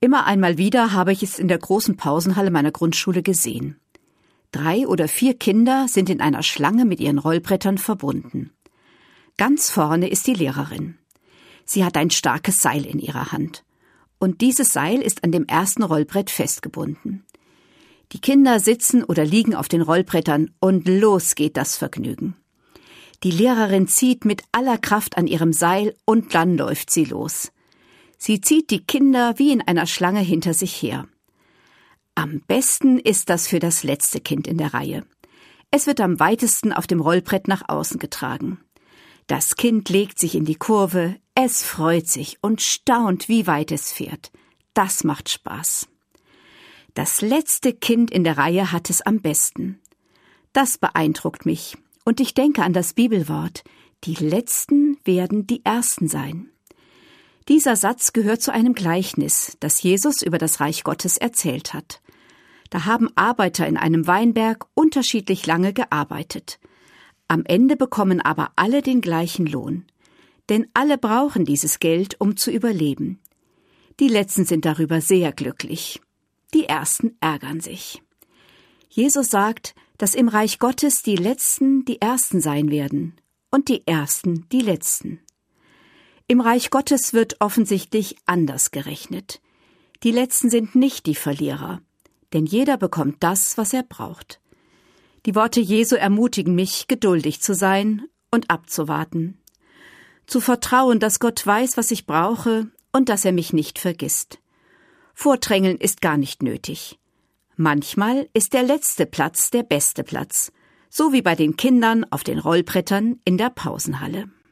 Immer einmal wieder habe ich es in der großen Pausenhalle meiner Grundschule gesehen. 3 oder 4 Kinder sind in einer Schlange mit ihren Rollbrettern verbunden. Ganz vorne ist die Lehrerin. Sie hat ein starkes Seil in ihrer Hand. Und dieses Seil ist an dem ersten Rollbrett festgebunden. Die Kinder sitzen oder liegen auf den Rollbrettern und los geht das Vergnügen. Die Lehrerin zieht mit aller Kraft an ihrem Seil und dann läuft sie los. Sie zieht die Kinder wie in einer Schlange hinter sich her. Am besten ist das für das letzte Kind in der Reihe. Es wird am weitesten auf dem Rollbrett nach außen getragen. Das Kind legt sich in die Kurve, es freut sich und staunt, wie weit es fährt. Das macht Spaß. Das letzte Kind in der Reihe hat es am besten. Das beeindruckt mich und ich denke an das Bibelwort: Die Letzten werden die Ersten sein. Dieser Satz gehört zu einem Gleichnis, das Jesus über das Reich Gottes erzählt hat. Da haben Arbeiter in einem Weinberg unterschiedlich lange gearbeitet. Am Ende bekommen aber alle den gleichen Lohn. Denn alle brauchen dieses Geld, um zu überleben. Die Letzten sind darüber sehr glücklich. Die Ersten ärgern sich. Jesus sagt, dass im Reich Gottes die Letzten die Ersten sein werden und die Ersten die Letzten. Im Reich Gottes wird offensichtlich anders gerechnet. Die Letzten sind nicht die Verlierer, denn jeder bekommt das, was er braucht. Die Worte Jesu ermutigen mich, geduldig zu sein und abzuwarten. Zu vertrauen, dass Gott weiß, was ich brauche und dass er mich nicht vergisst. Vordrängeln ist gar nicht nötig. Manchmal ist der letzte Platz der beste Platz, so wie bei den Kindern auf den Rollbrettern in der Pausenhalle.